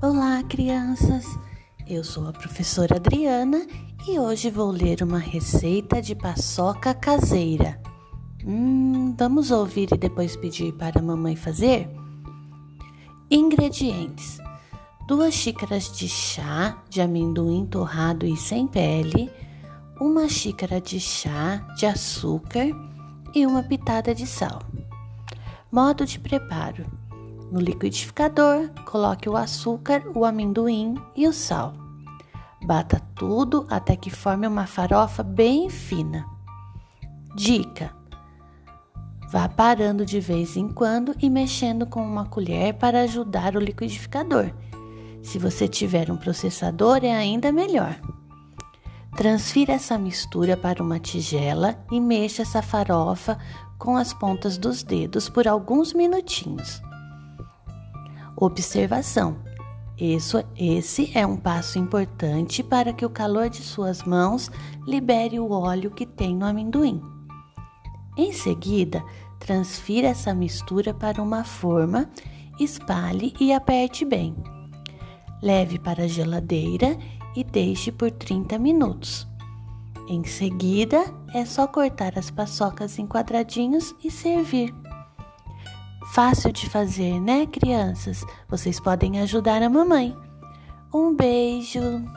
Olá, crianças! Eu sou a professora Adriana e hoje vou ler uma receita de paçoca caseira. Vamos ouvir e depois pedir para a mamãe fazer? Ingredientes: 2 xícaras de chá de amendoim torrado e sem pele, 1 xícara de chá de açúcar e 1 pitada de sal. Modo de preparo: no liquidificador, coloque o açúcar, o amendoim e o sal. Bata tudo até que forme uma farofa bem fina. Dica: vá parando de vez em quando e mexendo com uma colher para ajudar o liquidificador. Se você tiver um processador, é ainda melhor. Transfira essa mistura para uma tigela e mexa essa farofa com as pontas dos dedos por alguns minutinhos. Observação: esse é um passo importante para que o calor de suas mãos libere o óleo que tem no amendoim. Em seguida, transfira essa mistura para uma forma, espalhe e aperte bem. Leve para a geladeira e deixe por 30 minutos. Em seguida, é só cortar as paçocas em quadradinhos e servir. Fácil de fazer, né, crianças? Vocês podem ajudar a mamãe. Um beijo!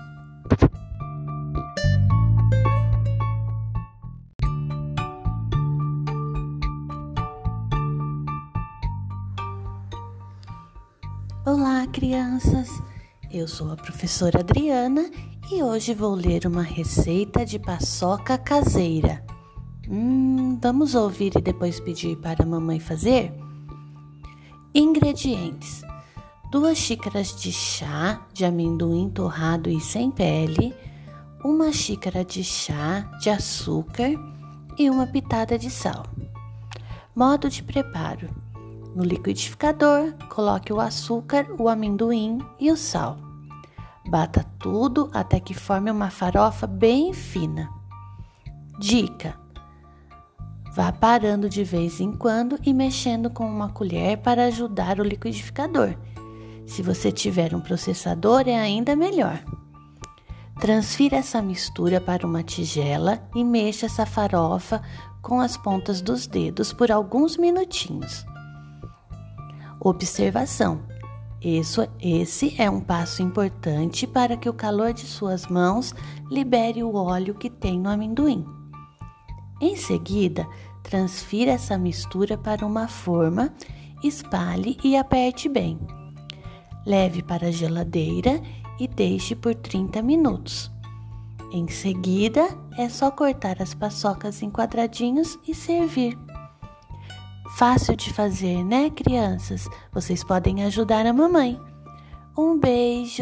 Olá, crianças! Eu sou a professora Adriana e hoje vou ler uma receita de paçoca caseira. Vamos ouvir e depois pedir para a mamãe fazer? Ingredientes: 2 xícaras de chá de amendoim torrado e sem pele, 1 xícara de chá de açúcar e 1 pitada de sal. Modo de preparo: no liquidificador, coloque o açúcar, o amendoim e o sal. Bata tudo até que forme uma farofa bem fina. Dica: vá parando de vez em quando e mexendo com uma colher para ajudar o liquidificador. Se você tiver um processador, é ainda melhor. Transfira essa mistura para uma tigela e mexa essa farofa com as pontas dos dedos por alguns minutinhos. Observação: esse é um passo importante para que o calor de suas mãos libere o óleo que tem no amendoim. Em seguida, transfira essa mistura para uma forma, espalhe e aperte bem. Leve para a geladeira e deixe por 30 minutos. Em seguida, é só cortar as paçocas em quadradinhos e servir. Fácil de fazer, né, crianças? Vocês podem ajudar a mamãe. Um beijo!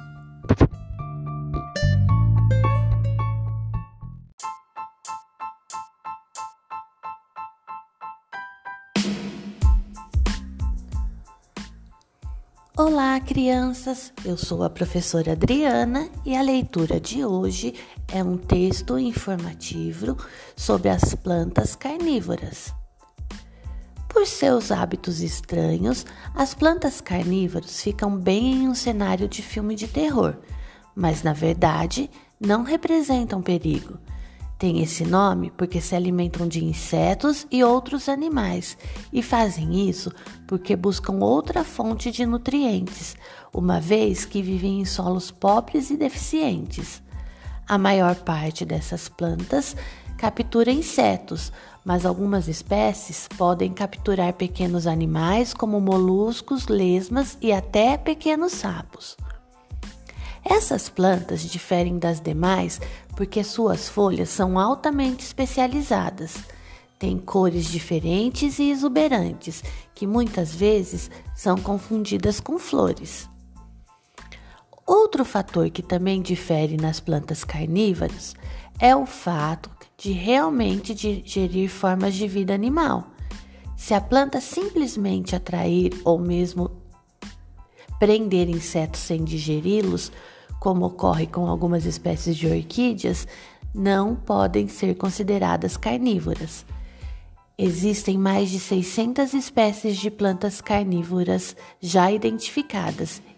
Olá, crianças! Eu sou a professora Adriana e a leitura de hoje é um texto informativo sobre as plantas carnívoras. Por seus hábitos estranhos, as plantas carnívoras ficam bem em um cenário de filme de terror, mas na verdade não representam perigo. Tem esse nome porque se alimentam de insetos e outros animais e fazem isso porque buscam outra fonte de nutrientes, uma vez que vivem em solos pobres e deficientes. A maior parte dessas plantas captura insetos, mas algumas espécies podem capturar pequenos animais como moluscos, lesmas e até pequenos sapos. Essas plantas diferem das demais porque suas folhas são altamente especializadas. Têm cores diferentes e exuberantes, que muitas vezes são confundidas com flores. Outro fator que também difere nas plantas carnívoras é o fato de realmente digerir formas de vida animal. Se a planta simplesmente atrair ou mesmo prender insetos sem digeri-los, como ocorre com algumas espécies de orquídeas, não podem ser consideradas carnívoras. Existem mais de 600 espécies de plantas carnívoras já identificadas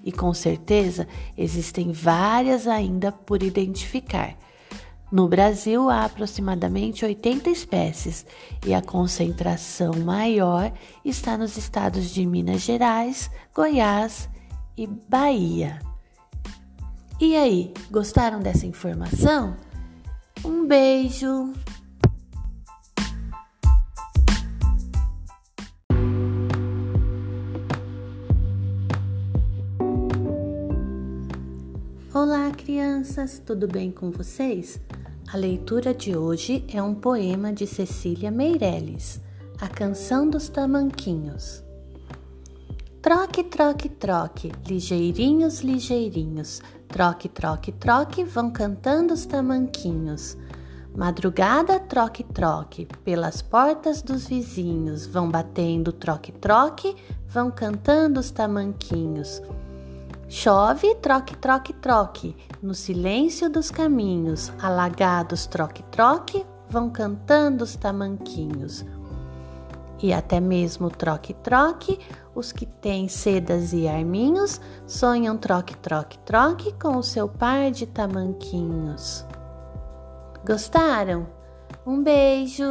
e com certeza existem várias ainda por identificar. No Brasil, há aproximadamente 80 espécies e a concentração maior está nos estados de Minas Gerais, Goiás e Bahia. E aí, gostaram dessa informação? Um beijo! Olá, crianças! Tudo bem com vocês? A leitura de hoje é um poema de Cecília Meirelles, A Canção dos Tamanquinhos. Troque, troque, troque, ligeirinhos, ligeirinhos, troque, troque, troque, vão cantando os tamanquinhos. Madrugada, troque, troque, pelas portas dos vizinhos, vão batendo troque, troque, vão cantando os tamanquinhos. Chove, troque, troque, troque, no silêncio dos caminhos, alagados, troque, troque, vão cantando os tamanquinhos. E até mesmo troque, troque, os que têm sedas e arminhos, sonham troque, troque, troque com o seu par de tamanquinhos. Gostaram? Um beijo!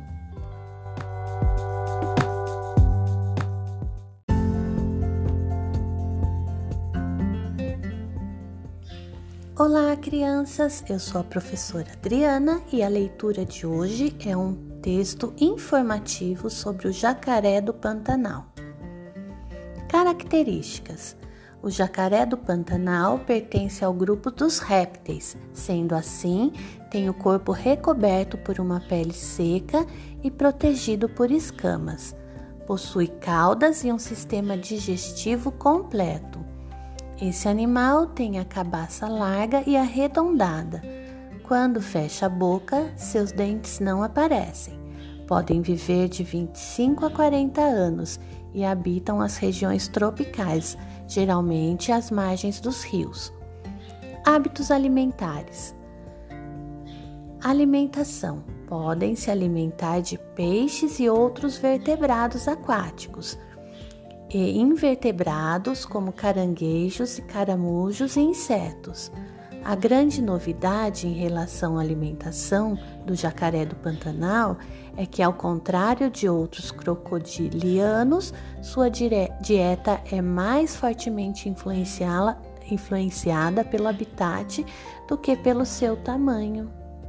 Olá, crianças! Eu sou a professora Adriana e a leitura de hoje é um texto informativo sobre o jacaré do Pantanal. Características: o jacaré do Pantanal pertence ao grupo dos répteis, sendo assim, tem o corpo recoberto por uma pele seca e protegido por escamas. Possui caudas e um sistema digestivo completo. Esse animal tem a cabeça larga e arredondada. Quando fecha a boca, seus dentes não aparecem. Podem viver de 25 a 40 anos e habitam as regiões tropicais, geralmente às margens dos rios. Hábitos alimentares. Alimentação. Podem se alimentar de peixes e outros vertebrados aquáticos, e invertebrados como caranguejos e caramujos e insetos. A grande novidade em relação à alimentação do jacaré do Pantanal é que, ao contrário de outros crocodilianos, sua dieta é mais fortemente influenciada pelo habitat do que pelo seu tamanho.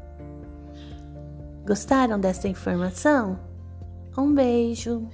Gostaram dessa informação? Um beijo!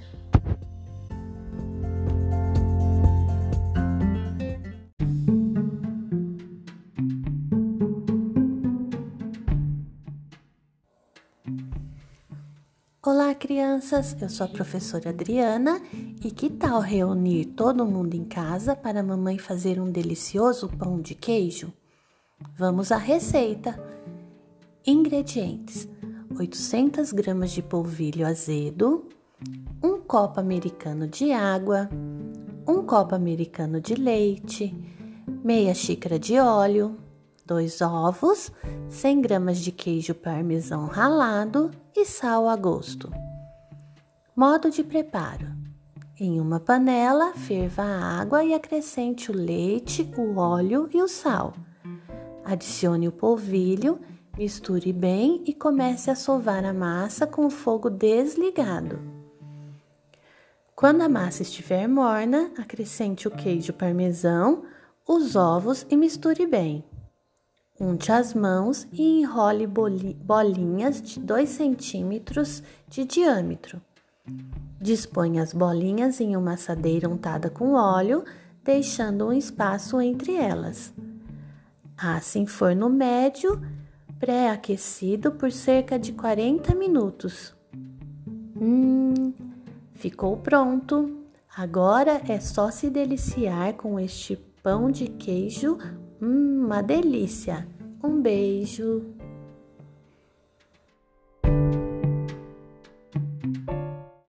Olá, crianças! Eu sou a professora Adriana e que tal reunir todo mundo em casa para a mamãe fazer um delicioso pão de queijo? Vamos à receita! Ingredientes: 800 gramas de polvilho azedo, 1 copo americano de água, 1 copo americano de leite, meia xícara de óleo, 2 ovos, 100 gramas de queijo parmesão ralado e sal a gosto. Modo de preparo: em uma panela, ferva a água e acrescente o leite, o óleo e o sal. Adicione o polvilho, misture bem e comece a sovar a massa com o fogo desligado. Quando a massa estiver morna, acrescente o queijo parmesão, os ovos e misture bem. Unte as mãos e enrole bolinhas de 2 centímetros de diâmetro. Disponha as bolinhas em uma assadeira untada com óleo, deixando um espaço entre elas. Asse em forno médio, pré-aquecido por cerca de 40 minutos. Ficou pronto! Agora é só se deliciar com este pão de queijo. Uma delícia! Um beijo!